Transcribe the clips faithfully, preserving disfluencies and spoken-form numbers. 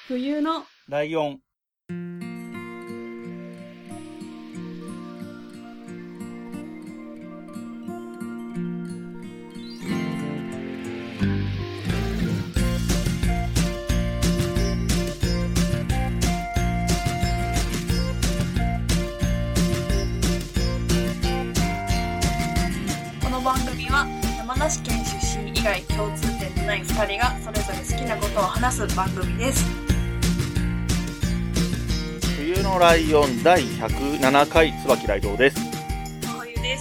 冬のライオン。 この番組は山梨県出身以外共通点のないふたりがそれぞれ好きなことを話す番組です。 冬のライオンだいひゃくななかい椿ライドウです。 冬です。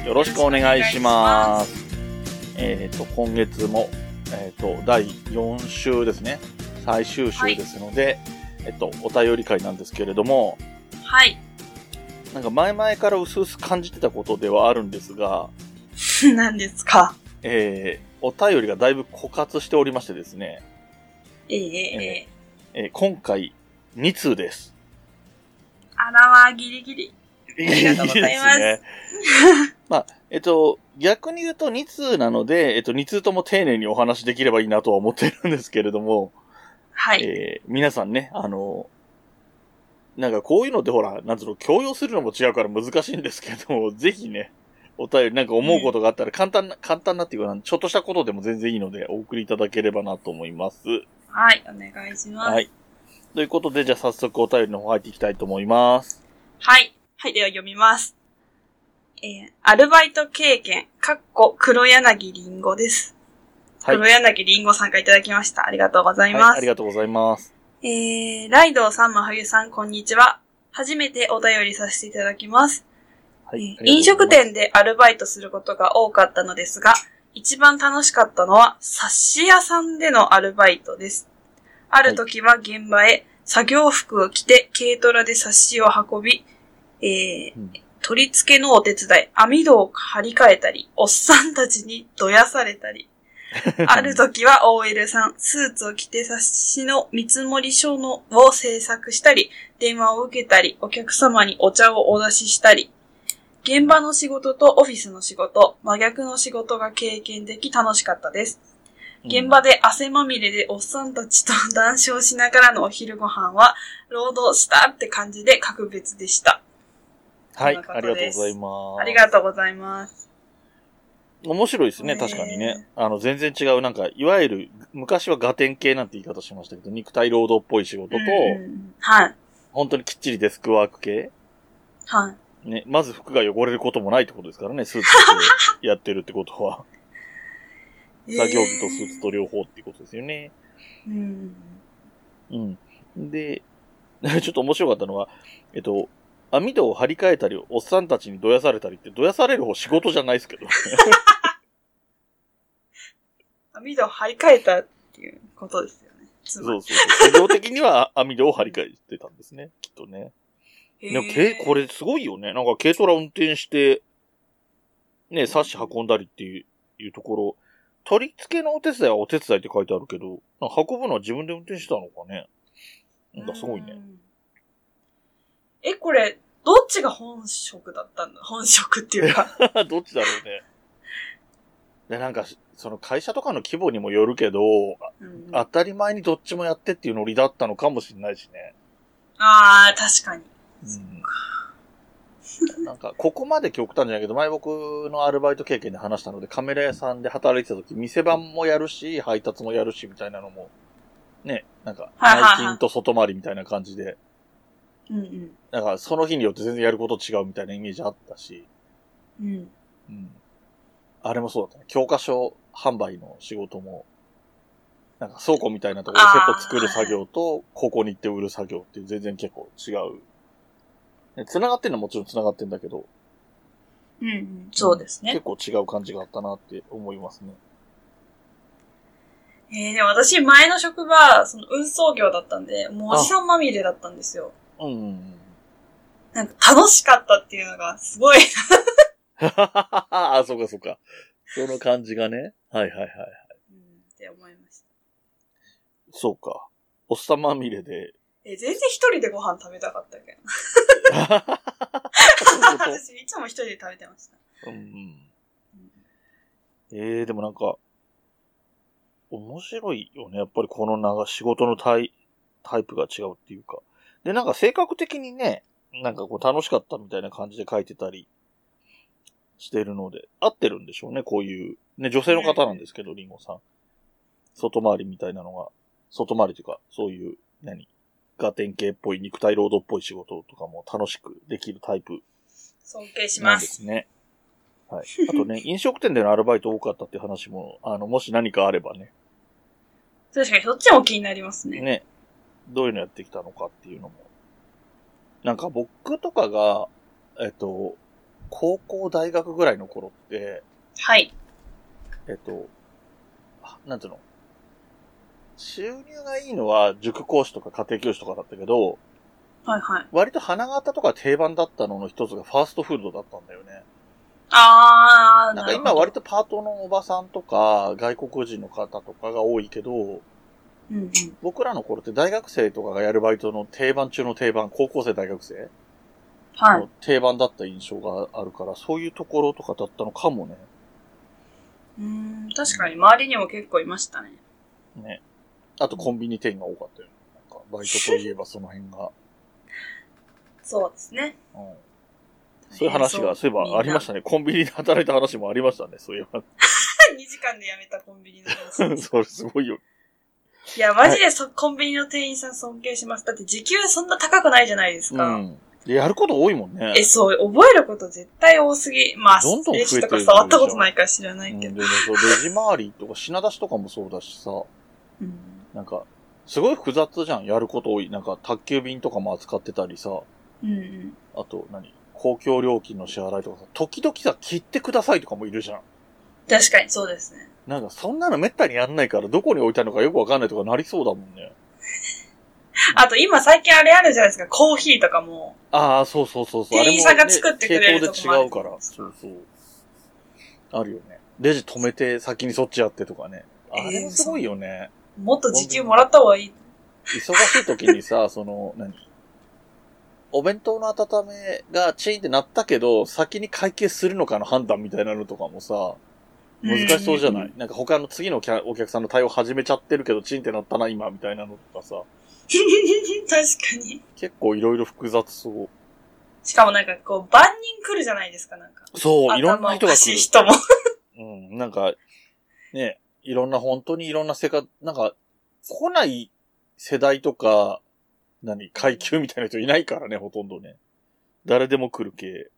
よろしくお願いします。えっ、ー、と今月もえっ、ー、とだいよん週ですね。最終週ですので、はい、えっとお便り会なんですけれども、 はい。 なんか前々から薄々感じてたことではあるんですが、 何ですか？ えー、お便りがだいぶ枯渇しておりましてですね。 えー、えー、えー、今回に通です。 あらわ、ギリギリ。ありがとうございます。いいですね。 まあ、えっと、逆に言うとに通なので、えっと、に通とも丁寧にお話できればいいなとは思っているんですけれども、 はい。 えー、皆さんね、あの、なんかこういうのってほら、なんつうの、強要するのも違うから難しいんですけど、ぜひね、お便りなんか思うことがあったら簡単な、うん、簡単なっていうか、ちょっとしたことでも全然いいので、お送りいただければなと思います。 はい、お願いします。 はい。ということで、じゃあ早速お便りの方入っていきたいと思います。 はい。はい、では読みます。えー、アルバイト経験、かっこ黒柳りんごです。はい。黒柳りんごさんからいただきました。ありがとうございます。はい、 ありがとうございます。 えー、ライドウさん、まふゆさん、こんにちは。初めてお便りさせていただきます。はい。えー、飲食店でアルバイトすることが多かったのですが、一番楽しかったのは、冊子屋さんでのアルバイトです。ある時は現場へ作業服を着て軽トラで冊子を運び、えーうん、取り付けのお手伝い、網戸を張り替えたり、おっさんたちにどやされたり、ある時は オーエル さん、スーツを着て冊子の見積書のを制作したり、電話を受けたり、お客様にお茶をお出ししたり、現場の仕事とオフィスの仕事、真逆の仕事が経験でき楽しかったです。現場で汗まみれでおっさんたちと談笑しながらのお昼ご飯は、労働したって感じで格別でした。 はい、ありがとうございます。 ありがとうございます。 面白いですね、確かにね。あの、全然違う、なんか、いわゆる、昔はガテン系なんて言い方しましたけど、肉体労働っぽい仕事と、 はい。 本当にきっちりデスクワーク系。 はい。 ね、まず服が汚れることもないってことですからね、スーツでやってるってことは。作業着とスーツと両方っていうことですよね。 うん。 うん。で、ちょっと面白かったのは、えっと、網戸を張り替えたり、おっさんたちにどやされたりって、どやされる方仕事じゃないですけど。 網戸を張り替えたっていうことですよね。 そうそうそう。作業的には網戸を張り替えてたんですね、きっとね。でも、これすごいよね。なんか軽トラ運転して、ね、冊子運んだりっていう、いうところ、取り付けのお手伝いはお手伝いって書いてあるけど、運ぶのは自分で運転してたのかね。なんかすごいね。 え、これ、どっちが本職だったんだ？本職っていうか。 どっちだろうね。で、なんか、その会社とかの規模にもよるけど、うん、当たり前にどっちもやってっていうノリだったのかもしれないしね。 ああ、確かに。 うん、なんか、ここまで極端じゃないけど、前僕のアルバイト経験で話したので、カメラ屋さんで働いてた時、店番もやるし、配達もやるし、みたいなのも、ね、なんか、内勤と外回りみたいな感じで、 うんうん。 なんか、その日によって全然やること違うみたいなイメージあったし、 うん。 うん。あれもそうだったね。教科書販売の仕事も、なんか倉庫みたいなところでセット作る作業と、ここに行って売る作業っていう全然結構違う。繋がってんのはもちろん繋がってんだけど。 うん、うん、そうですね。 結構違う感じがあったなって思いますね。 えー、でも私前の職場、その運送業だったんで、もうおじさんまみれだったんですよ。 うん、うん。 なんか楽しかったっていうのがすごい。 あ、そうかそうか。その感じがね。はいはいはいはい。 うん、って思いました。 そうか。おっさんまみれで。 え、全然一人でご飯食べたかったけど。私いつも一人で食べてました。 うん、うん。えー、でもなんか、面白いよね。やっぱりこの長仕事の体、 タイプが違うっていうか。で、なんか性格的にね、なんかこう楽しかったみたいな感じで書いてたりしてるので、合ってるんでしょうね、こういう。ね、女性の方なんですけど、リンゴさん。外回りみたいなのが、外回りというか、そういう、何ガテン系っぽい、肉体労働っぽい仕事とかも楽しくできるタイプ。 尊敬します。 ですね。はい。あとね、飲食店でのアルバイト多かったっていう話も、あの、もし何かあればね。 確かに、そっちも気になりますね。 ね。どういうのやってきたのかっていうのも。なんか僕とかが、えっと、高校大学ぐらいの頃って、 はい。 えっと、なんていうの収入がいいのは塾講師とか家庭教師とかだったけど、 はいはい。 割と花形とか定番だったのの一つがファーストフードだったんだよね。 あー、 なんか今割とパートのおばさんとか外国人の方とかが多いけど、 うんうん、 僕らの頃って大学生とかがやるバイトの定番中の定番、高校生大学生はい。 の定番だった印象があるから、そういうところとかだったのかもね。 うーん、確かに周りにも結構いましたね。 ね。あとコンビニ店が多かったよね。なんかバイトといえばその辺が。 そうですね。 うん。そういう話が、そういえばありましたね。コンビニで働いた話もありましたね、そういえば。 にじかんで辞めたコンビニの話。 それすごいよ。 いや、マジでそ、はい、コンビニの店員さん尊敬します。だって時給そんな高くないじゃないですか。 うん。で、やること多いもんね。 え、そう、覚えること絶対多すぎ。まあ、 どんどん増えてる。 レジとか触ったことないから知らないけど。 うん、で、レジ回りとか品出しとかもそうだしさ。うん。なんか、すごい複雑じゃん、やること多い。なんか、宅急便とかも扱ってたりさ。 うんうん。 あと何、公共料金の支払いとかさ、時々さ、切ってくださいとかもいるじゃん。 確かにそうですね。 なんか、そんなのめったにやんないから、どこに置いたのかよくわかんないとかなりそうだもんね。 あと今最近あれあるじゃないですか、コーヒーとかも。 ああ、そうそうそうそう。 店員さんが作ってくれるとこもある。 系統で違うから。そうそう。あるよね。レジ止めて先にそっちやってとかね。あれもすごいよね。 えー、もっと時給もらった方がいい。 忙しい時にさ、その、何お弁当の温めがチーンってなったけど、先に会計するのかの判断みたいなのとかもさ、難しそうじゃない？なんか他の次のお客さんの対応始めちゃってるけど、チーンってなったな今みたいなのとかさ。 確かに。 結構いろいろ複雑そう。 しかもなんかこう、万人来るじゃないですか、なんか。 そう、いろんな人が来る。 人も。 うん、なんか、ね、いろんな、本当にいろんな世界、なんか、来ない世代とか、何、階級みたいな人いないからね、ほとんどね。誰でも来る系。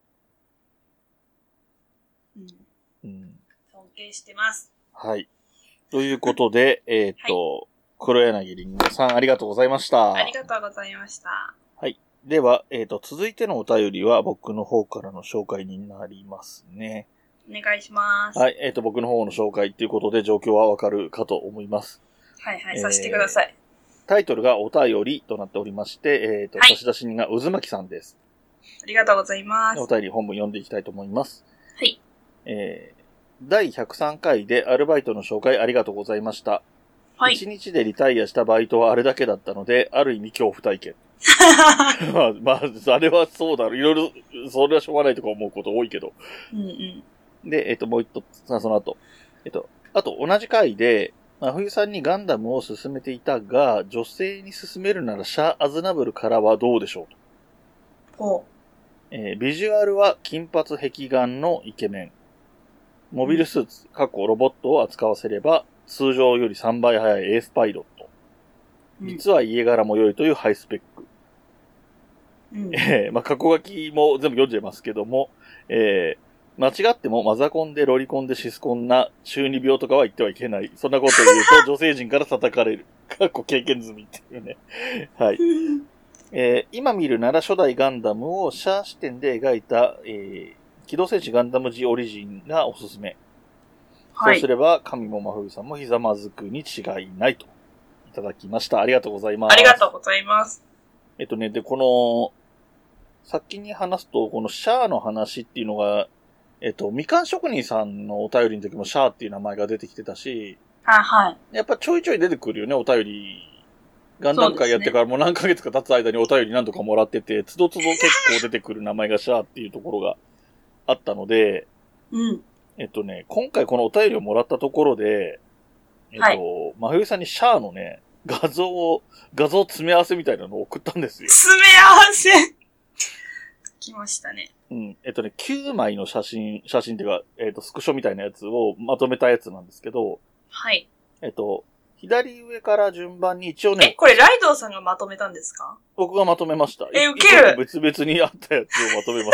うん。 うん。 尊敬してます。 はい。ということで、えー、っと、はい、黒柳りんごさんありがとうございました。 ありがとうございました。 はい。では、えー、っと、続いてのお便りは僕の方からの紹介になりますね。 お願いします。 はい。えー、っと、僕の方の紹介ということで状況はわかるかと思います。 はいはい、させてください。 タイトルがお便りとなっておりまして、えっ、ー、と、はい、差出人が渦巻さんです。 ありがとうございます。 お便り本文読んでいきたいと思います。 はい。 えー、だいひゃくさんかいでアルバイトの紹介ありがとうございました。はい。いちにちでリタイアしたバイトはあれだけだったので、ある意味恐怖体験。まあ、まあ、あれはそうだろう。いろいろ、それはしょうがないとか思うこと多いけど。 うんうん。 で、えっ、ー、と、もう一つ、その後。えっ、ー、と、あと同じ回で、真冬さんにガンダムを進めていたが、女性に進めるならシャア・アズナブルからはどうでしょうと。 おえー、ビジュアルは金髪壁眼のイケメン。モビルスーツ、過去ロボットを扱わせれば、通常よりさんばい速いエースパイロット。実は家柄も良いというハイスペック。うん、えー、まあ、過去書きも全部読んじゃいますけども、えー、間違ってもマザコンでロリコンでシスコンな中二病とかは言ってはいけない。そんなことを言うと女性陣から叩かれる。かっこ経験済みっていうね。はい。えー、今見るなら初代ガンダムをシャア視点で描いた、えー、機動戦士ガンダム G オリジンがおすすめ。はい。そうすれば神も真冬さんもひざまずくに違いないといただきました。ありがとうございます。 ありがとうございます。 えっとね、で、この、先に話すと、このシャアの話っていうのが、えっと、みかん職人さんのお便りの時もシャアっていう名前が出てきてたし、 あ、はい。 やっぱちょいちょい出てくるよね、お便り。ガンダム会やってからもう何ヶ月か経つ間にお便り何とかもらってて、つどつど結構出てくる名前がシャアっていうところがあったので、 うん。 えっとね、今回このお便りをもらったところで、えっと、はい、真冬さんにシャアのね、 画像を、画像詰め合わせみたいなのを送ったんですよ。 詰め合わせ来ましたね。 うん。えっとね、きゅうまいの写真、写真っていうか、えっと、スクショみたいなやつをまとめたやつなんですけど、 はい。 えっと、左上から順番に一応ね。 え、これライドウさんがまとめたんですか？ 僕がまとめました。 え、ウケる。 別々にあったやつをまとめました。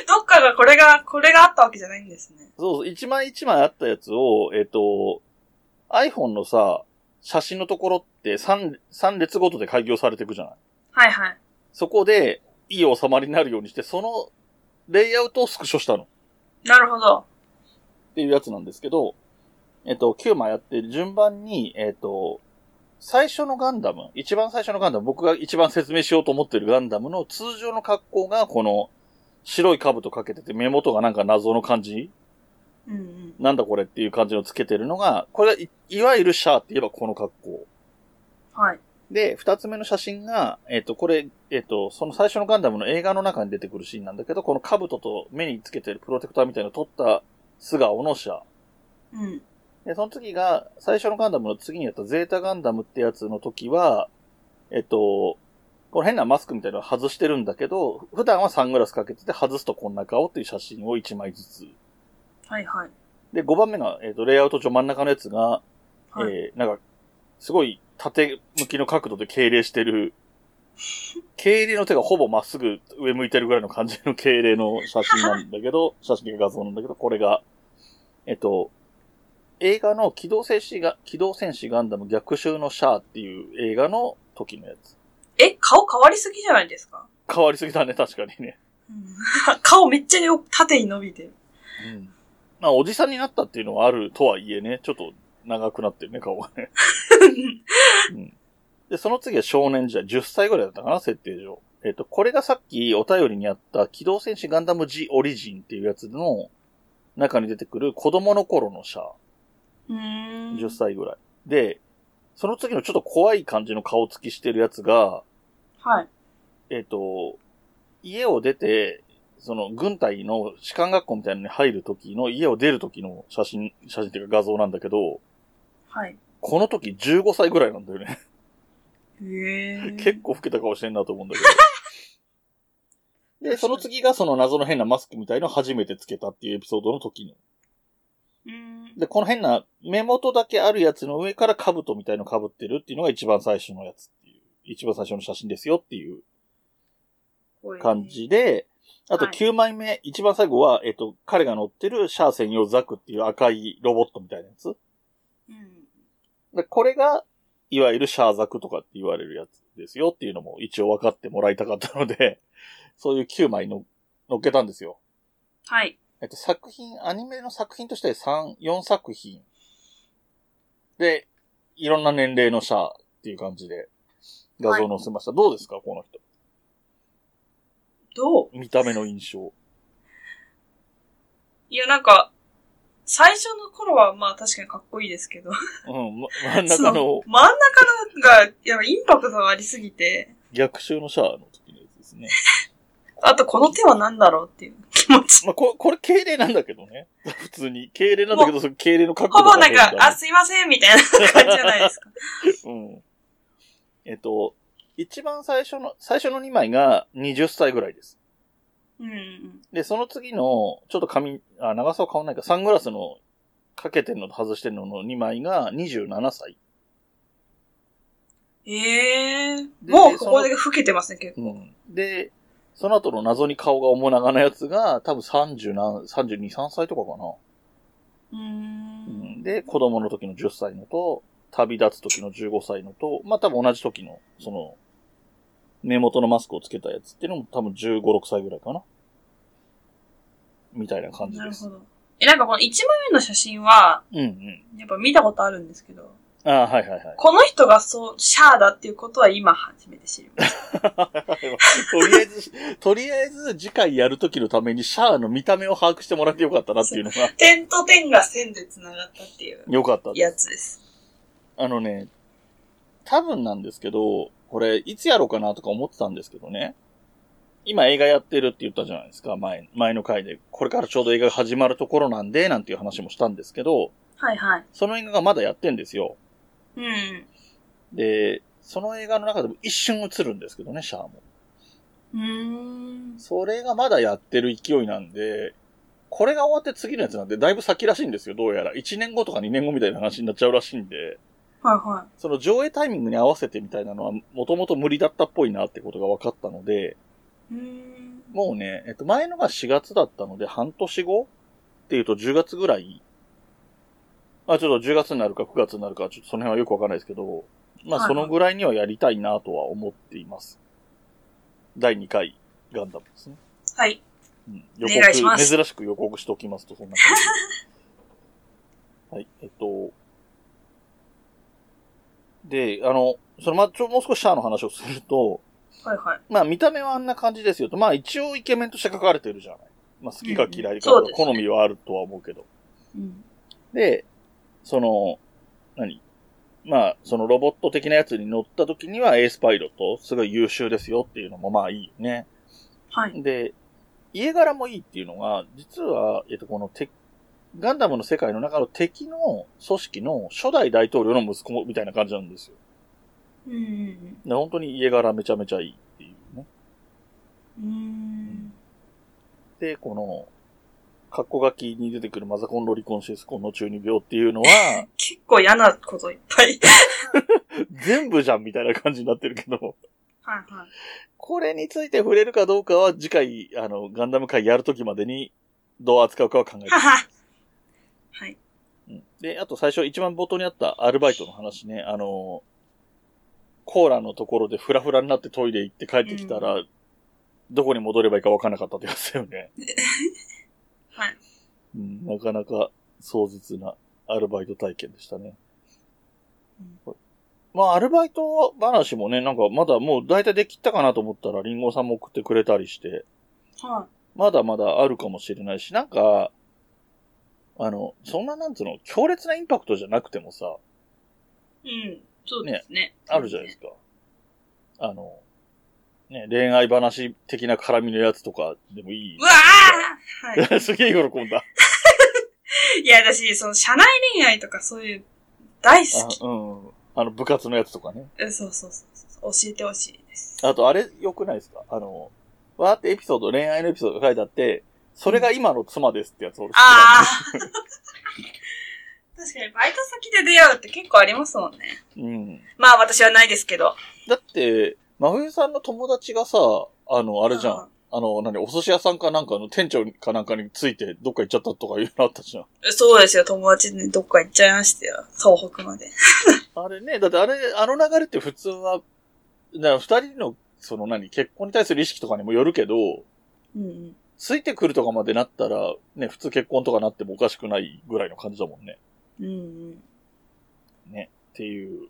どっかがこれが、これがあったわけじゃないんですね。 そうそう、一枚一枚あったやつを、えっと、iPhone のさ、写真のところって三、三列ごとで開業されていくじゃない？ はいはい。 そこで、いい収まりになるようにして、その、レイアウトをスクショしたの。 なるほど。 っていうやつなんですけど、えっと、きゅうまいあって、順番に、えっと、最初のガンダム、一番最初のガンダム、僕が一番説明しようと思ってるガンダムの通常の格好が、この、白い兜かけてて、目元がなんか謎の感じ、 うんうん、 なんだこれっていう感じのつけてるのが、これがい、いわゆるシャアって言えばこの格好。 はい。 で、二つ目の写真が、えっと、これ、えっと、その最初のガンダムの映画の中に出てくるシーンなんだけど、この兜と目につけてるプロテクターみたいなのを撮った素顔のシャア。 うん。 で、その次が、最初のガンダムの次にやったゼータガンダムってやつの時は、えっと、この変なマスクみたいなの外してるんだけど、普段はサングラスかけてて外すとこんな顔っていう写真をいちまいずつ。 はいはい。 で、ごばんめが、えっと、レイアウト上真ん中のやつが、 はい、 えー、なんか、すごい縦向きの角度で敬礼してる、敬礼の手がほぼまっすぐ上向いてるぐらいの感じの敬礼の写真なんだけど、写真が画像なんだけど、これが、えっと、映画の機動戦士が、機動戦士ガンダム逆襲のシャアっていう映画の時のやつ。 え、顔変わりすぎじゃないですか？ 変わりすぎだね、確かにね。 うん、顔めっちゃ縦に伸びてる。 うん。まあ、おじさんになったっていうのはあるとはいえね、ちょっと長くなってるね、顔がね。うん。で、その次は少年時代、じゅっさいぐらいだったかな、設定上。えっと、これがさっきお便りにあった機動戦士ガンダム G オリジンっていうやつの中に出てくる子供の頃のシャア。 うーん。 じゅっさいぐらい。で、その次のちょっと怖い感じの顔つきしてるやつが、 はい。 えっと、家を出て、その軍隊の士官学校みたいなのに入る時の、家を出る時の写真、写真っていうか画像なんだけど、 はい。 この時じゅうごさいぐらいなんだよね。 へー。 結構老けた顔してんなと思うんだけど。で、その次がその謎の変なマスクみたいのを初めてつけたっていうエピソードの時の。 うーん。 で、この変な目元だけあるやつの上から兜みたいの被ってるっていうのが一番最初のやつっていう。一番最初の写真ですよっていう感じで、あときゅうまいめ、はい、一番最後は、えっと、彼が乗ってるシャア専用ザクっていう赤いロボットみたいなやつ。うん。で、これが、いわゆるシャアザクとかって言われるやつですよっていうのも一応分かってもらいたかったので、そういうきゅうまいの乗っけたんですよ。 はい。 えっと、作品、アニメの作品としてさん、よんさく品。で、いろんな年齢のシャアっていう感じで画像を載せました。はい、どうですかこの人。 どう？ 見た目の印象。 いや、なんか、最初の頃はまあ確かにかっこいいですけど。 うん、ま、真ん中の。 真ん中のが、やっぱインパクトがありすぎて。 逆襲のシャアの時のやつですね。 あと、この手は何だろうっていう気持ち。 まあ、これ、これ敬礼なんだけどね。普通に。敬礼なんだけど、その敬礼の角度がほぼなんか、あ、すいませんみたいな感じじゃないですか。 うん。えっと、一番最初の、最初のにまいがはたちぐらいです。 うん。 で、その次の、ちょっと髪、あ、長さは変わんないか、サングラスのかけてんのと外してんののにまいがはたち。 ええー。もうここで老けてますね、結構。 うん。で、その後の謎に顔が面長なやつが、多分さんじゅう何、さんじゅうに、さんさいとかかな。 うーん。 で、子供の時のじゅっさいのと、旅立つ時のじゅうごさいのと、まあ、多分同じ時の、その、目元のマスクをつけたやつっていうのも多分じゅうご、ろくさいぐらいかな。みたいな感じです。 なるほど。え、なんかこのいちまいめの写真は、 うんうん。 やっぱ見たことあるんですけど。 ああ、はいはいはい。 この人がそう、シャアだっていうことは今初めて知りました。 とりあえず、とりあえず次回やるときのためにシャアの見た目を把握してもらってよかったなっていうのが。 点と点が線で繋がったっていう。 よかったやつです。 あのね、多分なんですけど、これいつやろうかなとか思ってたんですけどね。今映画やってるって言ったじゃないですか、前、前の回で。これからちょうど映画が始まるところなんで、なんていう話もしたんですけど。 はいはい。 その映画がまだやってんですよ。 うん。 で、その映画の中でも一瞬映るんですけどね、シャアも。 うーん。 それがまだやってる勢いなんで、これが終わって次のやつなんで、だいぶ先らしいんですよ、どうやら。いちねんごとかにねんごみたいな話になっちゃうらしいんで。 はいはい。 その上映タイミングに合わせてみたいなのは、もともと無理だったっぽいなってことが分かったので、 うーん。 もうね、えっと、前のがしがつだったので、半年後っていうとじゅうがつぐらい。まあちょっとじゅうがつになるかくがつになるか、ちょっとその辺はよくわかんないですけど、まあそのぐらいにはやりたいなとは思っています。だいにかいガンダムですね。 はい。 うん、予お願いします。 珍しく予告しておきますと、そんな感じ。はい、えっと。で、あの、そのま、ちょ、もう少しシャアの話をすると、 はいはい。 まあ見た目はあんな感じですよと。まあ一応イケメンとして書かれてるじゃない。まあ好きか嫌いかとか、好みはあるとは思うけど。 うん、 で、その、何まあ、そのロボット的なやつに乗った時にはエースパイロット、すごい優秀ですよっていうのもまあいいよね。 はい。 で、家柄もいいっていうのが、実は、えっと、このテガンダムの世界の中の敵の組織の初代大統領の息子みたいな感じなんですよ。 うん。 で本当に家柄めちゃめちゃいいっていうね。 うーん。 で、この、カッコ書きに出てくるマザコンロリコンシスコンの中二病っていうのは、 結構嫌なこといっぱい。 全部じゃんみたいな感じになってるけど。 はいはい。 これについて触れるかどうかは次回、あの、ガンダム会やるときまでにどう扱うかは考えてます。 はい。 うん。で、あと最初一番冒頭にあったアルバイトの話ね、あの、コーラのところでフラフラになってトイレ行って帰ってきたら、うん、どこに戻ればいいか分からなかったってやつだよね。 はい、 うん。なかなか壮絶なアルバイト体験でしたね。うん、まあ、アルバイト話もね、なんかまだもう大体できたかなと思ったらリンゴさんも送ってくれたりして、 はい、 まだまだあるかもしれないし、なんか、あの、そんななんつうの、強烈なインパクトじゃなくてもさ、 うん、そうですね。 ね、あるじゃないですか。あの、ね、恋愛話的な絡みのやつとかでもいい。 うわー、はい、 すげえ喜んだ。 いや、私、その、社内恋愛とかそういう、大好き。 あ、うん。あの、部活のやつとかね。 そうそうそうそう。教えてほしいです。 あと、あれ、良くないですか？あの、わーってエピソード、恋愛のエピソードが書いてあって、それが今の妻ですってやつ俺好きなんで。ああ。確かに、バイト先で出会うって結構ありますもんね。 うん。 まあ、私はないですけど。 だって、真冬さんの友達がさ、あの、あれじゃん。うんあの、何、お寿司屋さんかなんかの店長かなんかについてどっか行っちゃったとかいうのあったじゃん。 そうですよ、友達にどっか行っちゃいましたよ。東北まで。 あれね、だってあれ、あの流れって普通は、だから二人の、その何、結婚に対する意識とかにもよるけど、 うんうん、 ついてくるとかまでなったら、ね、普通結婚とかなってもおかしくないぐらいの感じだもんね。 うんうん。 ね、っていう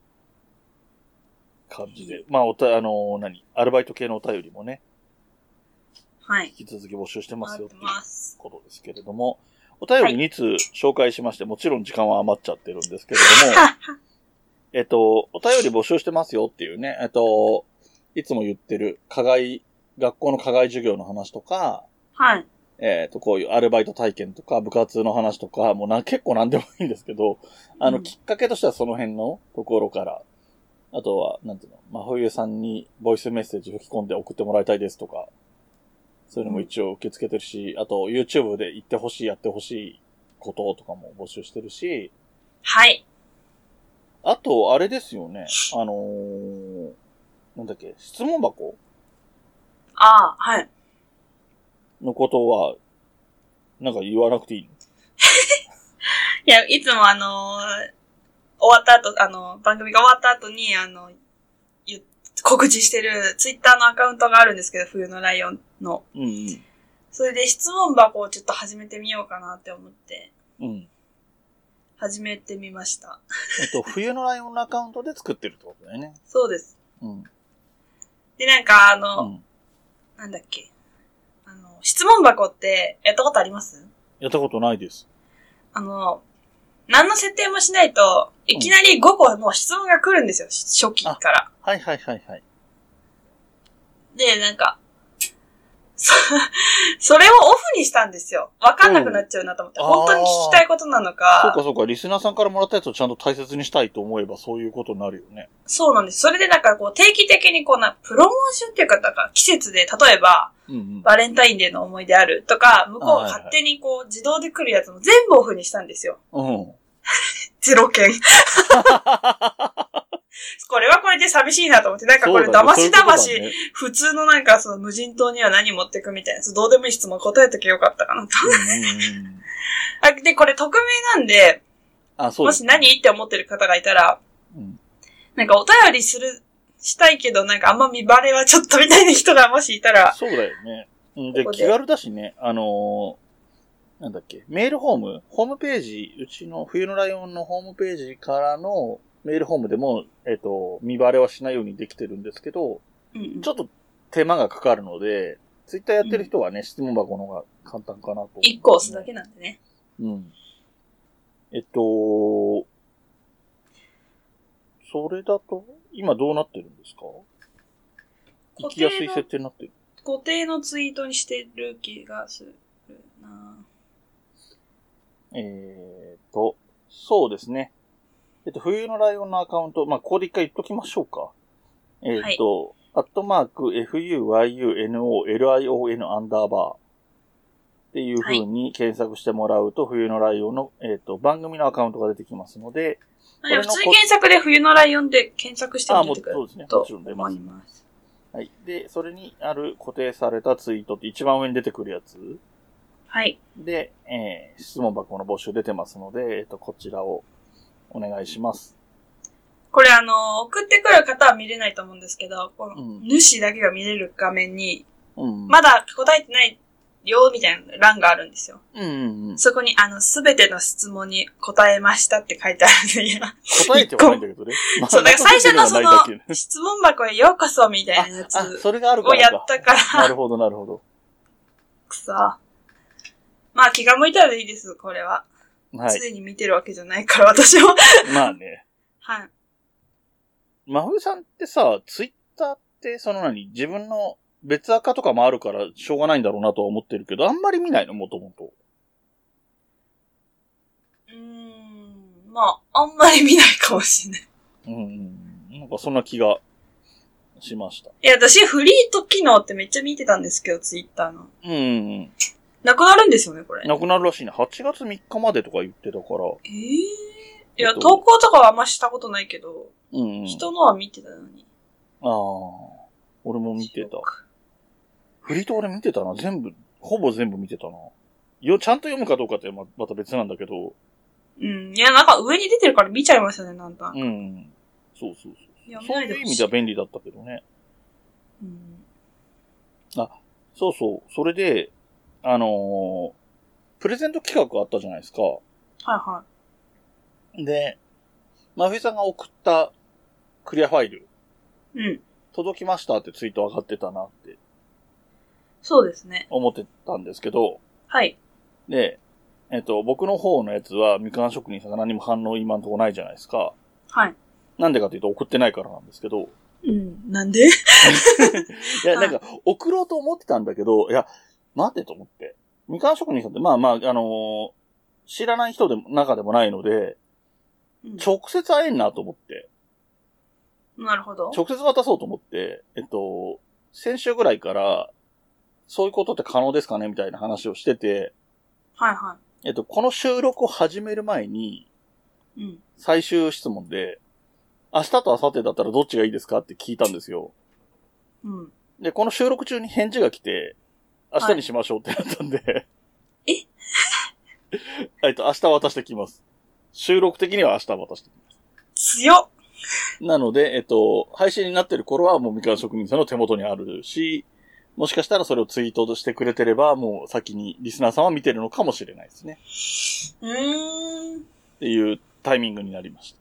感じで。まあ、おた、あの、何、アルバイト系のお便りもね、 はい。 引き続き募集してますよっていうことですけれども、お便りにつう紹介しまして、はい、もちろん時間は余っちゃってるんですけれども、えっと、お便り募集してますよっていうね、えっと、いつも言ってる課外、学校の課外授業の話とか、 はい。 えっと、こういうアルバイト体験とか部活の話とか、もうな、結構なんでもいいんですけど、あの、うん、きっかけとしてはその辺のところから、あとは、なんていうの、真冬さんにボイスメッセージ吹き込んで送ってもらいたいですとか、そういうのも一応受け付けてるし、うん、あと YouTube で言ってほしい、やってほしいこととかも募集してるし。 はい。 あと、あれですよね。あのー、なんだっけ、質問箱ああ、はい。 のことは、なんか言わなくていいの？ いや、いつもあのー、終わった後、あの、番組が終わった後に、あの、告知してるツイッターのアカウントがあるんですけど、冬のライオンの。 うんうん。 それで質問箱をちょっと始めてみようかなって思って。 うん。 始めてみました。 えっと、冬のライオンのアカウントで作ってるってことだよね。 そうです。 うん。 で、なんかあの、うん、なんだっけ。あの、質問箱ってやったことあります？ やったことないです。 あの、何の設定もしないと、いきなりごこもう質問が来るんですよ、初期から。 はいはいはいはい。 で、なんか、 そ、それをオフにしたんですよ。わかんなくなっちゃうなと思って。うん、本当に聞きたいことなのか。 そうかそうか。リスナーさんからもらったやつをちゃんと大切にしたいと思えばそういうことになるよね。 そうなんです。それでなんかこう定期的にこうな、プロモーションっていうか、なんか季節で、例えば、うんうん、バレンタインデーの思い出あるとか、向こうが勝手にこう自動で来るやつも全部オフにしたんですよ。うん。ゼロ件。これはこれで寂しいなと思って、なんかこれ騙し騙し、ね、普通のなんかその無人島には何持ってくみたいな、どうでもいい質問答えときゃよかったかなと。あで、これ匿名なんで、あそうもし何って思ってる方がいたら、うん、なんかお便りする、したいけどなんかあんま見バレはちょっとみたいな人がもしいたら。 そうだよね。で、気軽だしね、あのー、なんだっけ、メールホーム、ホームページ、うちの冬のライオンのホームページからの、メールホームでも、えっと、見バレはしないようにできてるんですけど、うんうん、ちょっと手間がかかるので、ツイッターやってる人はね、うん、質問箱の方が簡単かなと、ね。 一個押すだけなんでね。 うん。えっと、それだと、今どうなってるんですか？行きやすい設定になってる？ 固定のツイートにしてる気がするな。 えーと、そうですね。えっと、冬のライオンのアカウント、まあ、ここで一回言っときましょうか。えっと、はい、アットマーク、フユーワイユーエヌオーエルアイオーエヌ アンダーバーっていう風に検索してもらうと、はい、冬のライオンの、えっと、番組のアカウントが出てきますので、 普通に検索で冬のライオンで検索しても出てくる。あ、もうそうですね。もちろん出ます。 はい。で、それにある固定されたツイートって一番上に出てくるやつ。 はい。 で、えー、質問箱の募集出てますので、えっと、こちらをお願いします。 これあの、送ってくる方は見れないと思うんですけど、この、主だけが見れる画面に、うん、まだ答えてないよ、みたいな欄があるんですよ。うんうんうん、そこにあの、すべての質問に答えましたって書いてあるんで、 答えてはないんだけどね。 そう、だから最初のその、質問箱へようこそみたいなやつをやったから。 なるほど、なるほど。 くそ。まあ気が向いたらいいです、これは。はい。常に見てるわけじゃないから、私も。 まあね。 はい。 まふさんってさ、ツイッターってその何、自分の別アカとかもあるからしょうがないんだろうなとは思ってるけど、あんまり見ないの、もともと。 うーん、まあ、あんまり見ないかもしれない。 うん、なんかそんな気がしました。いや、私フリート機能ってめっちゃ見てたんですけど、ツイッターの。 うん。 なくなるんですよね、これ。 なくなるらしいね。はちがつみっかまでとか言ってたから。 ええー。いや、えっと、投稿とかはあんましたことないけど、うん、うん、人のは見てたのに。 ああ、俺も見てた。フリート俺見てたな。全部、ほぼ全部見てたな。よ、ちゃんと読むかどうかってま、また別なんだけど。 うん。いや、なんか上に出てるから見ちゃいますよね、なんか。 うん。そうそうそう。そういう意味では便利だったけどね。うん。あ、そうそう。それで、あのー、プレゼント企画あったじゃないですか。はいはい。 で、まふいさんが送ったクリアファイル。 うん。 届きましたってツイート上がってたなって。 そうですね。 思ってたんですけど。 はい。 で、えっと、僕の方のやつはみかん職人さんが何も反応今のところないじゃないですか。 はい。 なんでかというと送ってないからなんですけど。 うん。なんでいや、なんか、送ろうと思ってたんだけど、いや、待てと思って。みかん職人さんって、まあまあ、あのー、知らない人でも、中でもないので、うん、直接会えんなと思って。 なるほど。 直接渡そうと思って、えっと、先週ぐらいから、そういうことって可能ですかねみたいな話をしてて、 はいはい。 えっと、この収録を始める前に、うん。最終質問で、明日と明後日だったらどっちがいいですかって聞いたんですよ。うん。で、この収録中に返事が来て、明日にしましょうってなったんで、はい、ええっと、明日渡してきます。収録的には明日渡してきます。 強っなので、えっと、配信になってる頃はもうみかん職人さんの手元にあるし、もしかしたらそれをツイートしてくれてれば、もう先にリスナーさんは見てるのかもしれないですね。 うーん。 っていうタイミングになりました。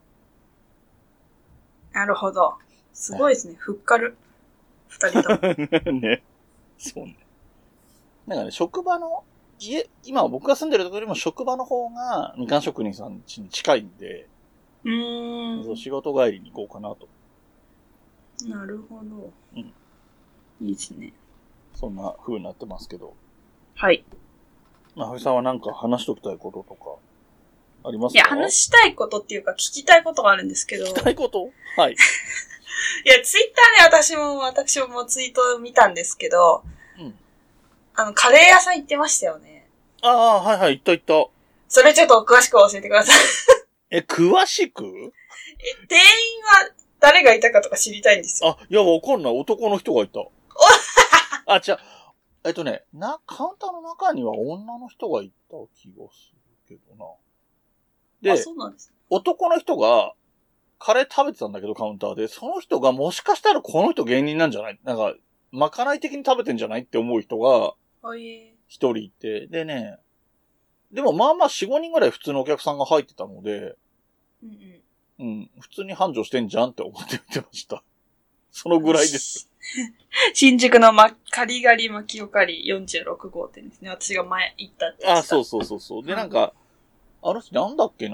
なるほど。すごいですね。ふっかる。二人とも。 ね。そうね。なんかね、職場の、家、今僕が住んでるところよりも職場の方がみかん職人さん家に近いんで、 うーん。 そう、仕事帰りに行こうかなと。 なるほど。うん。いいですね。 そんな風になってますけど。 はい。 まふみさんはなんか話しときたいこととか、ありますか？ いや、話したいことっていうか、聞きたいことがあるんですけど。 聞きたいこと？はい。 いや、ツイッターで私も、私もツイート見たんですけど、うん。あの、カレー屋さん行ってましたよね。 ああ、はいはい、行った行った。 それちょっと詳しく教えてください。 え、詳しく？ え、店員は誰がいたかとか知りたいんですよ。 あ、いや、わかんない。男の人がいた。あ、違う。えっとね、な、カウンターの中には女の人がいた気がするけどな。で、 あ、そうなんですね。 男の人が、カレー食べてたんだけど、カウンターで。その人がもしかしたらこの人芸人なんじゃない？なんか、まかない的に食べてんじゃないって思う人が、一人いて。でね、でもまあまあよん、ごにんぐらい普通のお客さんが入ってたので、うんうん。うん、普通に繁盛してんじゃんって思って見てました。そのぐらいです。 新宿のま、カリガリマキオカリよんじゅうろく号店ですね。私が前行ったって言ってた。 あ、そうそうそうそう。で、なんか、あの日なんだっけな。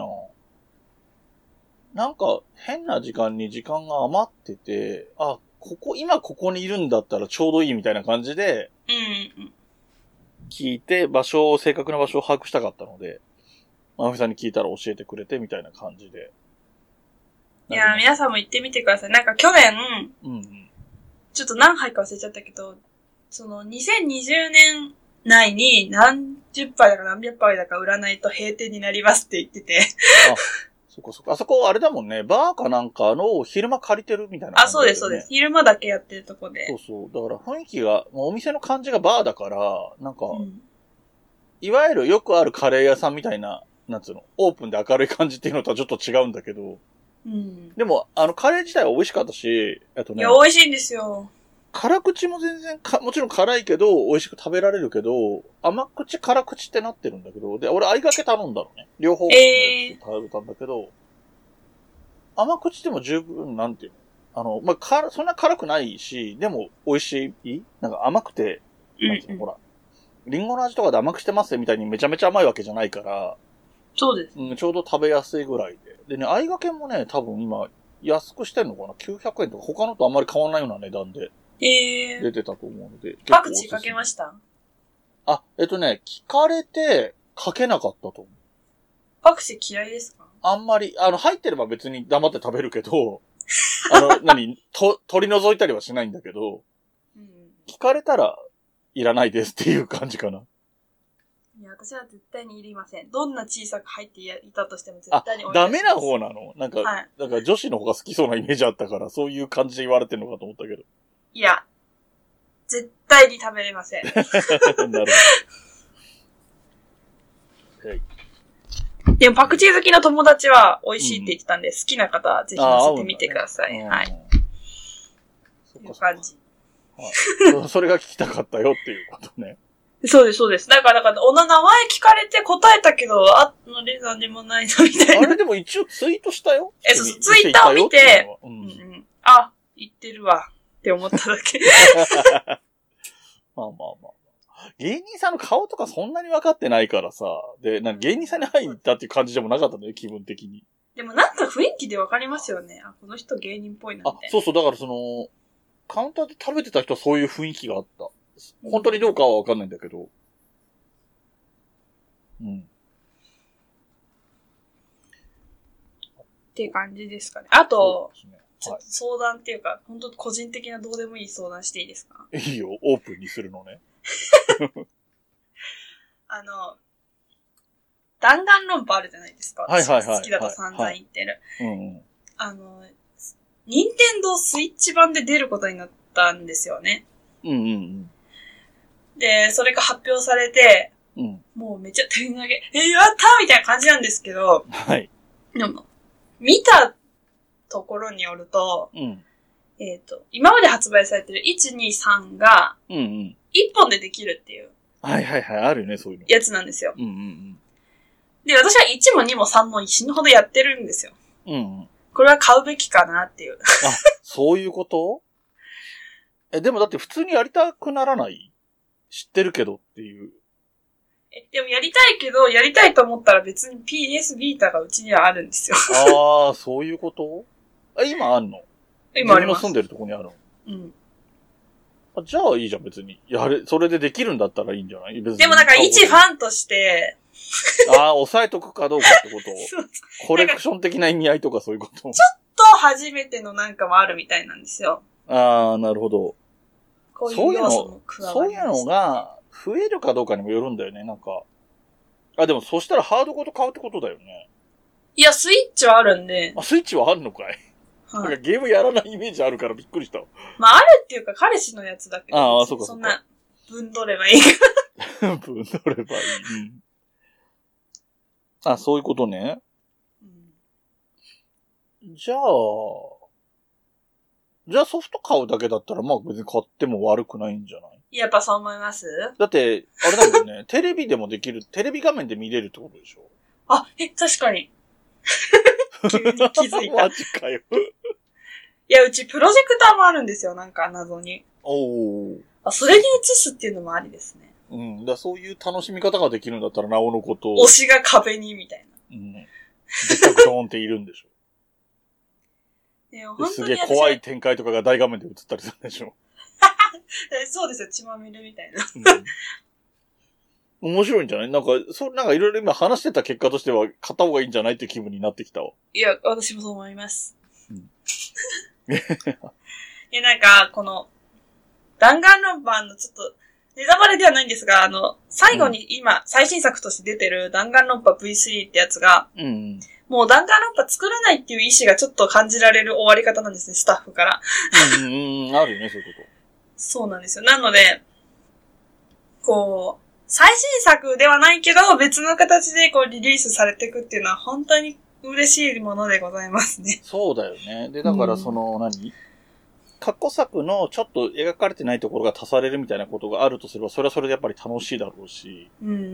なんか、変な時間に時間が余ってて、あ、ここ、今ここにいるんだったらちょうどいいみたいな感じで、うんうん。聞いて、場所を、正確な場所を把握したかったので、まふみさんに聞いたら教えてくれてみたいな感じで。 いやー、皆さんも行ってみてください。なんか去年、うんうん、ちょっと何杯か忘れちゃったけど、そのにせんにじゅうねん内に何十杯だか何百杯だか売らないと閉店になりますって言ってて。あ、 そこそこ。あそこあれだもんね。バーかなんかの昼間借りてるみたいな感じ、ね。あ、そうですそうです。昼間だけやってるとこで。 そうそう。だから雰囲気が、お店の感じがバーだから、なんか、うん、いわゆるよくあるカレー屋さんみたいな、なんつうの、オープンで明るい感じっていうのとはちょっと違うんだけど、うん、でも、あの、カレー自体は美味しかったし、あとね。 いや、美味しいんですよ。 辛口も全然か、もちろん辛いけど、美味しく食べられるけど、甘口、辛口ってなってるんだけど、で、俺、相掛け頼んだのね。両方、えー、食べたんだけど、甘口でも十分、なんていうのあの、まあ、か、そんな辛くないし、でも、美味しいなんか甘くて、なんていうの、うんうん、ほら、リンゴの味とかで甘くしてますみたいにめちゃめちゃ甘いわけじゃないから、 そうです。 うん、ちょうど食べやすいぐらいで。でね、相掛けもね、多分今、安くしてんのかな ?きゅうひゃくえんとか他のとあんまり変わらないような値段で。えー。出てたと思うので。 パクチーかけました？ あ、えっとね、聞かれて、かけなかったと思う。 パクチー嫌いですか？ あんまり、あの、入ってれば別に黙って食べるけど、あの、何、と、取り除いたりはしないんだけど、うん、聞かれたら、いらないですっていう感じかな。 いや、私は絶対にいりません。どんな小さく入っていたとしても絶対にお願いします。あ、ダメな方なの？なんか、はい、なんか女子の方が好きそうなイメージあったから、そういう感じで言われてるのかと思ったけど。 いや、絶対に食べれません。なるほど。はい。でもパクチー好きの友達は美味しいって言ってたんで、うん、好きな方はぜひ乗せてみてください。ね、はい。 そういう感じ。 はい。それが聞きたかったよっていうことね。 そうです、そうです。だから、だから、お名前聞かれて答えたけど、あ、のれなんでもないのみたいな。 あれでも一応ツイートしたよ。 え、そうそう、ツイッターを見て、うんうん、あ、言ってるわ、って思っただけ。 まあまあまあ。芸人さんの顔とかそんなに分かってないからさ、で、なんか芸人さんに入ったっていう感じでもなかったんだよ、気分的に。 でもなんか雰囲気で分かりますよね。あ、この人芸人っぽいなって。 あ、そうそう、だからその、カウンターで食べてた人はそういう雰囲気があった。本当にどうかはわかんないんだけど。うん。 っていう感じですかね。あと、ね、ちょっと相談っていうか、はい、本当個人的などうでもいい相談していいですか？ いいよ、オープンにするのね。 あの、弾丸論破あるじゃないですか。 はいはいはい。 好きだと散々言ってる。はいはい、うんうん、あの、任天堂スイッチ版で出ることになったんですよね。うんうんうん。で、それが発表されて、うん、もうめっちゃ手投げ、え、やったーみたいな感じなんですけど、はい。でも、見たところによると、うん、えっと、今まで発売されてるいち、に、さんが、うんうん、いっぽんでできるっていう。 はいはいはい、あるよね、そういうの。 やつなんですよ。うんうんうん、で、私はいちもにもさんも死ぬほどやってるんですよ。うんうん、これは買うべきかなっていう。 あ、そういうこと？え、でもだって普通にやりたくならない？知ってるけどっていう。 え、でもやりたいけど、やりたいと思ったら別に ピーエス ビータがうちにはあるんですよ。 ああ、そういうこと？あ、今あんの？今あります。自分の住んでるとこにあるの？うん。 あじゃあいいじゃん、別に。やれ、それでできるんだったらいいんじゃない別に。 でもなんか一ファンとして、 ああ、抑えとくかどうかってことそうコレクション的な意味合いとかそういうことちょっと初めてのなんかもあるみたいなんですよ。 ああ、なるほど。 こういう要素も加わりました、ね、 そういうのが増えるかどうかにもよるんだよね、なんか。あ、でもそしたらハードごと買うってことだよね。 いや、スイッチはあるんで。 あ、スイッチはあるのかいはい、なんかゲームやらないイメージあるからびっくりした。 まあ、あるっていうか彼氏のやつだけど。 ああ、そうかそうか。 そんな、分取ればいいから。 分取ればいい。うん、あ、そういうことね。うん、じゃあ、じゃあソフト買うだけだったらまあ別に買っても悪くないんじゃない？ やっぱそう思います？ だって、あれだもんね、テレビでもできる、テレビ画面で見れるってことでしょ？ あ、え、確かに。急に気づいた。 マジかよ。 いや、うちプロジェクターもあるんですよ、なんか謎に。 おー。 あ、それに映すっていうのもありですね。 うん。だそういう楽しみ方ができるんだったらなおのこと。 推しが壁にみたいな。 うん。でっかくドーンっているんでしょ。 いや、本当にすげえ怖い展開とかが大画面で映ったりするんでしょ。 そうですよ、血まみれみたいな。 うん、面白いんじゃないなんか、そう、なんかいろいろ今話してた結果としては、買った方がいいんじゃないって気分になってきたわ。 いや、私もそう思います。 うん、 いや、なんか、この、弾丸論破のちょっと、ネタバレではないんですが、あの、最後に今、うん、最新作として出てる弾丸論破 ブイスリー ってやつが、うん、もう弾丸論破作らないっていう意思がちょっと感じられる終わり方なんですね、スタッフから。 うん、うん、あるよね、そういうこと。 そうなんですよ。なので、こう、最新作ではないけど、別の形でこうリリースされていくっていうのは本当に嬉しいものでございますね。 そうだよね。で、だからその、うん、何過去作のちょっと描かれてないところが足されるみたいなことがあるとすれば、それはそれでやっぱり楽しいだろうし。 うんうんうんうん、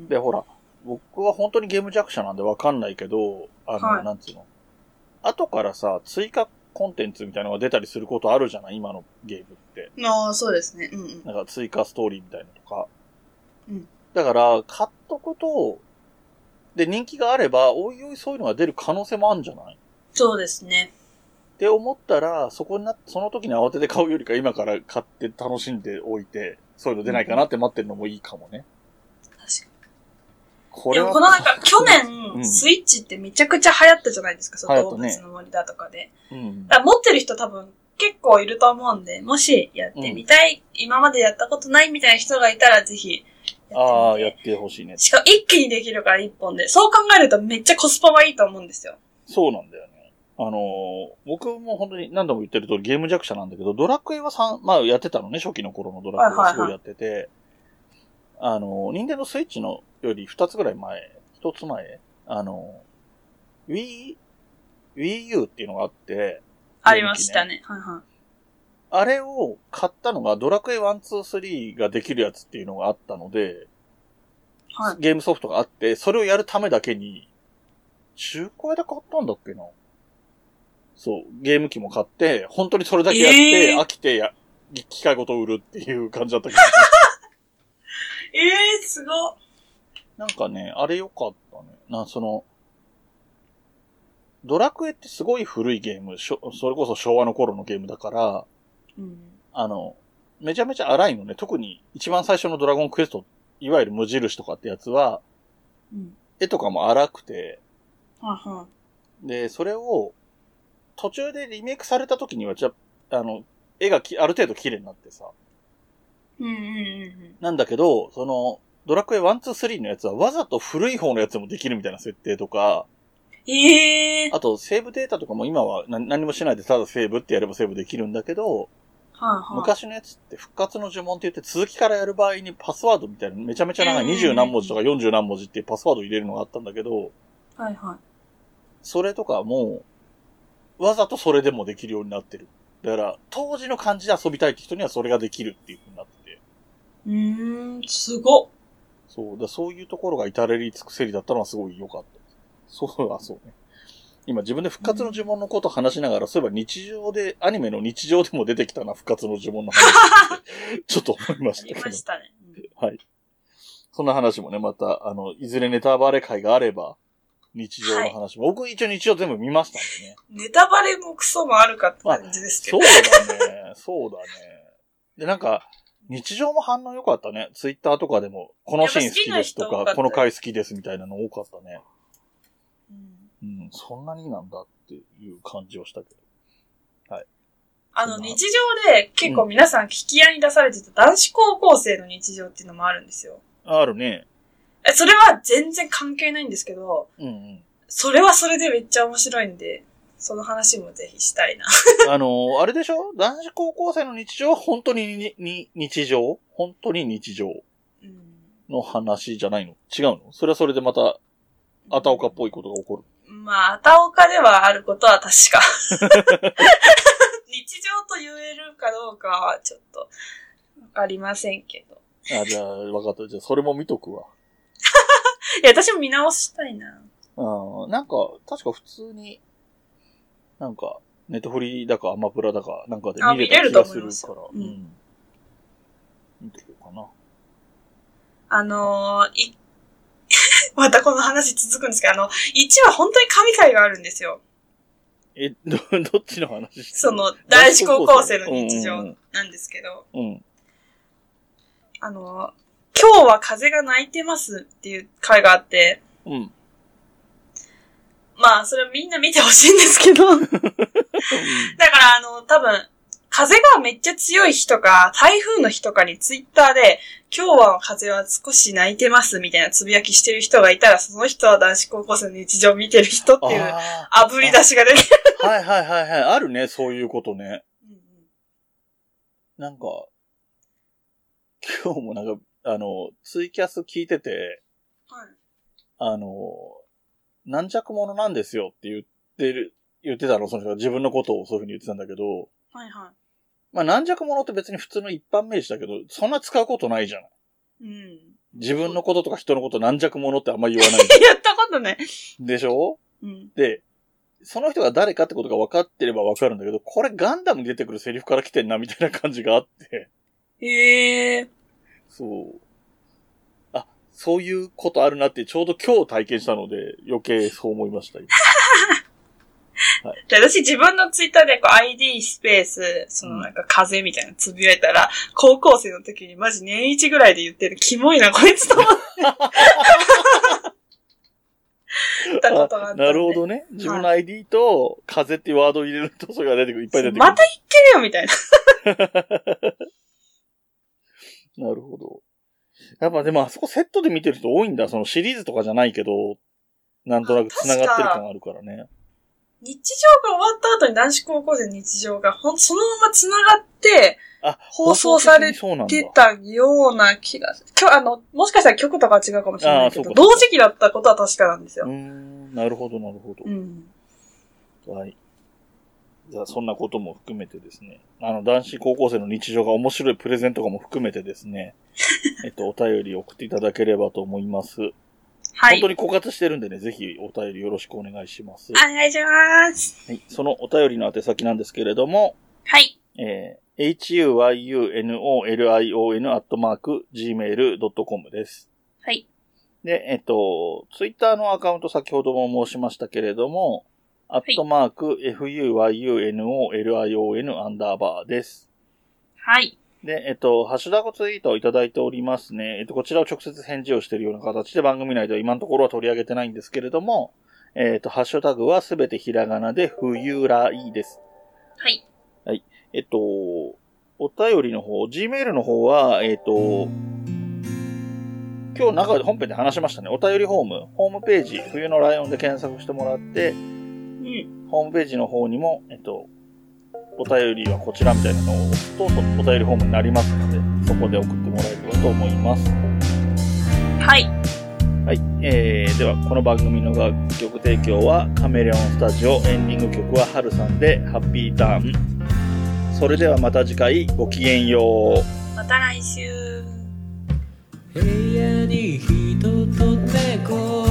で、ほら、僕は本当にゲーム弱者なんでわかんないけど、あの、はい、なんつうの。後からさ、追加コンテンツみたいなのが出たりすることあるじゃない今のゲームって。 ああ、そうですね。うんうん。 なんか追加ストーリーみたいなとか。 うん。 だから、買っとくと、で、人気があれば、おいおいそういうのが出る可能性もあるんじゃない？ そうですね。 って思ったら、そこにな、その時に慌てて買うよりか今から買って楽しんでおいて、そういうの出ないかなって待ってるのもいいかもね。 確かに。 これは。 でもこのなんか、去年、うん、スイッチってめちゃくちゃ流行ったじゃないですか、その動物の森だとかで。うん。だから持ってる人多分結構いると思うんで、もしやってみたい、うん、今までやったことないみたいな人がいたらぜひ、 ああ、やってほしいね。 しかも一気にできるから一本で。そう考えるとめっちゃコスパはいいと思うんですよ。 そうなんだよね。あのー、僕も本当に何度も言ってるとゲーム弱者なんだけど、ドラクエはさん、まあやってたのね、初期の頃のドラクエはすごいやってて、はいはいはい、あのー、ニンテンドースイッチのより二つぐらい前、一つ前、あのー、Wii、Wii U っていうのがあって、 ありましたね。はいはい。 あれを買ったのがドラクエいち、に、さんができるやつっていうのがあったので、はい、ゲームソフトがあって、それをやるためだけに、中古屋で買ったんだっけな。そう、ゲーム機も買って、本当にそれだけやって、えー、飽きてや、機械ごと売るっていう感じだったけど。 ええー、すごっ。 なんかね、あれよかったね。な、その、ドラクエってすごい古いゲーム、それこそ昭和の頃のゲームだから、うん、あの、めちゃめちゃ荒いのね。特に一番最初のドラゴンクエスト、いわゆる無印とかってやつは、うん、絵とかも荒くて、 ははで、それを途中でリメイクされた時には、じゃ、あの、絵がきある程度綺麗になってさ。 うんうんうんうん。 なんだけど、その、ドラクエいち、に、さんのやつはわざと古い方のやつもできるみたいな設定とか、 ええー。 あと、セーブデータとかも今は何、何もしないでただセーブってやればセーブできるんだけど、 はあはあ、 昔のやつって復活の呪文って言って続きからやる場合にパスワードみたいなめちゃめちゃ長い二十何文字とか四十何文字っていうパスワードを入れるのがあったんだけど、 はいはい。 それとかも、わざとそれでもできるようになってる。だから、当時の感じで遊びたいって人にはそれができるっていう風になってて。 うーん、すごっ。 そう、だそういうところが至れり尽くせりだったのはすごい良かった。そうはそうね。今自分で復活の呪文のことを話しながら、うん、そういえば日常で、アニメの日常でも出てきたな、復活の呪文の話ってちょっと思いましたけど。 ありましたね。 うん、はい。そんな話もね、また、あの、いずれネタバレ会があれば、日常の話も、はい、僕一応日常全部見ましたんでね。 ネタバレもクソもあるかって感じですけど。 そうだね。そうだね。 で、なんか、日常も反応良かったね。ツイッターとかでも、このシーン好きですとか、この回好きですみたいなの多かったね。うん、うん、そんなになんだっていう感じはしたけど。はい。 あの、日常で結構皆さん聞き合いに出されてた男子高校生の日常っていうのもあるんですよ。 あるね。 え、それは全然関係ないんですけど、 うんうん、 それはそれでめっちゃ面白いんで、その話もぜひしたいな。 あの、あれでしょ？男子高校生の日常は本当ににに日常本当に日常の話じゃないの？違うの？それはそれでまた、あたおかっぽいことが起こる。 まあ、あたおかではあることは確か。日常と言えるかどうかはちょっと、わかりませんけど。 あ、じゃあ、わかった。じゃあ、それも見とくわ。 いや、私も見直したいな。 うん、なんか、確か普通に、なんか、ネットフリだかアマプラだかなんかで見れた気がするから、うん。見とこうかな。 あのー、い、またこの話続くんですけど、あの、いちわ本当に神回があるんですよ。 え、ど、どっちの話してる？ その、男子高校生の日常なんですけど、うんうん、あの、今日は風が鳴いてますっていう回があって、うん、まあ、それみんな見てほしいんですけど、だからあの、多分、風がめっちゃ強い日とか、台風の日とかにツイッターで、今日は風は少し鳴いてますみたいなつぶやきしてる人がいたら、その人は男子高校生の日常を見てる人っていう炙り出しが出てる。 はいはいはいはい。あるね、そういうことね。うんうん、なんか、今日もなんか、あの、ツイキャス聞いてて、はい、あの、軟弱者なんですよって言ってる、言ってたの、その人が自分のことをそういう風に言ってたんだけど、はいはい。まあ、軟弱者って別に普通の一般名詞だけど、そんな使うことないじゃない。うん。自分のこととか人のこと軟弱者ってあんま言わない。 やったことない。 でしょ？うん。で、その人が誰かってことが分かってれば分かるんだけど、これガンダムに出てくるセリフから来てんなみたいな感じがあって。へえ。そう。あ、そういうことあるなってちょうど今日体験したので余計そう思いました。はい、 で私自分のツイッターでこう アイディー スペース、そのなんか風みたいなつぶやいたら、うん、高校生の時にマジ年一ぐらいで言ってるキモいなこいつと思って。たことがあったんで。 なるほどね。自分の アイディー と風っていうワードを入れるとそれが出てくる。いっぱい出てくる。 また言ってるよみたいな。なるほど。やっぱでもあそこセットで見てる人多いんだ。そのシリーズとかじゃないけど、なんとなく繋がってる感あるからね。 日常が終わった後に男子高校生の日常がほんそのまま繋がって放送されてたような気がする。今日あの、もしかしたら曲とかは違うかもしれないけど、同時期だったことは確かなんですよ。 うーん、なるほどなるほど。うん、はい。じゃあそんなことも含めてですね、あの男子高校生の日常が面白いプレゼントとかも含めてですね、えっとお便り送っていただければと思います。はい。本当に枯渇してるんでね、ぜひお便りよろしくお願いします。 お願いします。 はい。そのお便りの宛先なんですけれども、 はい。 えー、エイチユーワイユーエヌオーエルアイオーエヌ アットマーク ジーメール ドットコム です。 はい。 で、えっと、ツイッターのアカウント先ほども申しましたけれども、アットマーク エフユーワイユーエヌオーエルアイオーエヌ アンダーバーです。 はい。 で、えっと、ハッシュタグツイートをいただいておりますね。えっと、こちらを直接返事をしているような形で番組内では今のところは取り上げてないんですけれども、えっと、ハッシュタグはすべてひらがなで冬来です。 はい。 はい。えっと、お便りの方、Gmail の方は、えっと、今日中で本編で話しましたね。お便りフォーム、ホームページ、冬のライオンで検索してもらって、うん、ホームページの方にも、えっと、お便りはこちらみたいなのを押すとお便りフォームになりますので、そこで送ってもらえればと思います。 はい。 はい。えー、では、この番組の楽曲提供はカメレオンスタジオ、エンディング曲はハルさんでハッピーターン。それではまた次回ごきげんよう。 また来週。 部屋に人と猫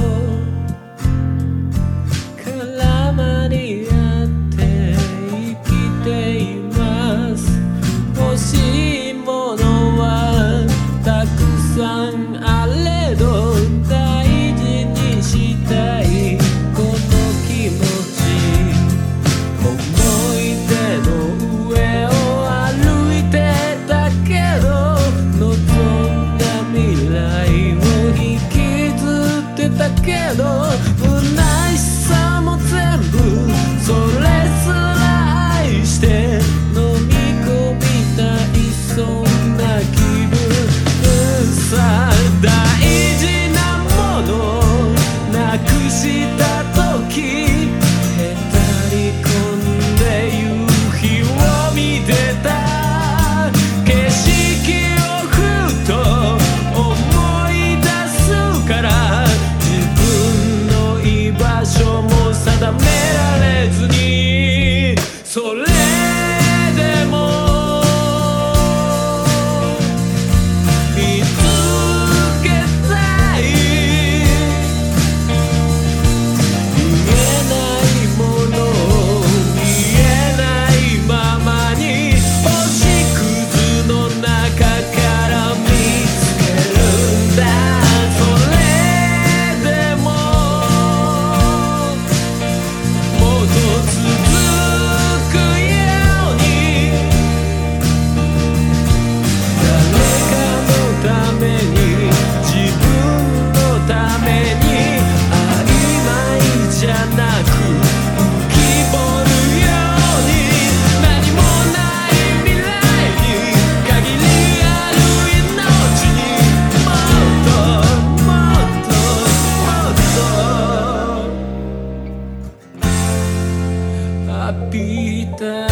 絡まり合って生きています。欲しいものはたくさんあれど大事にしたいこの気持ち、思い出の上を歩いてたけた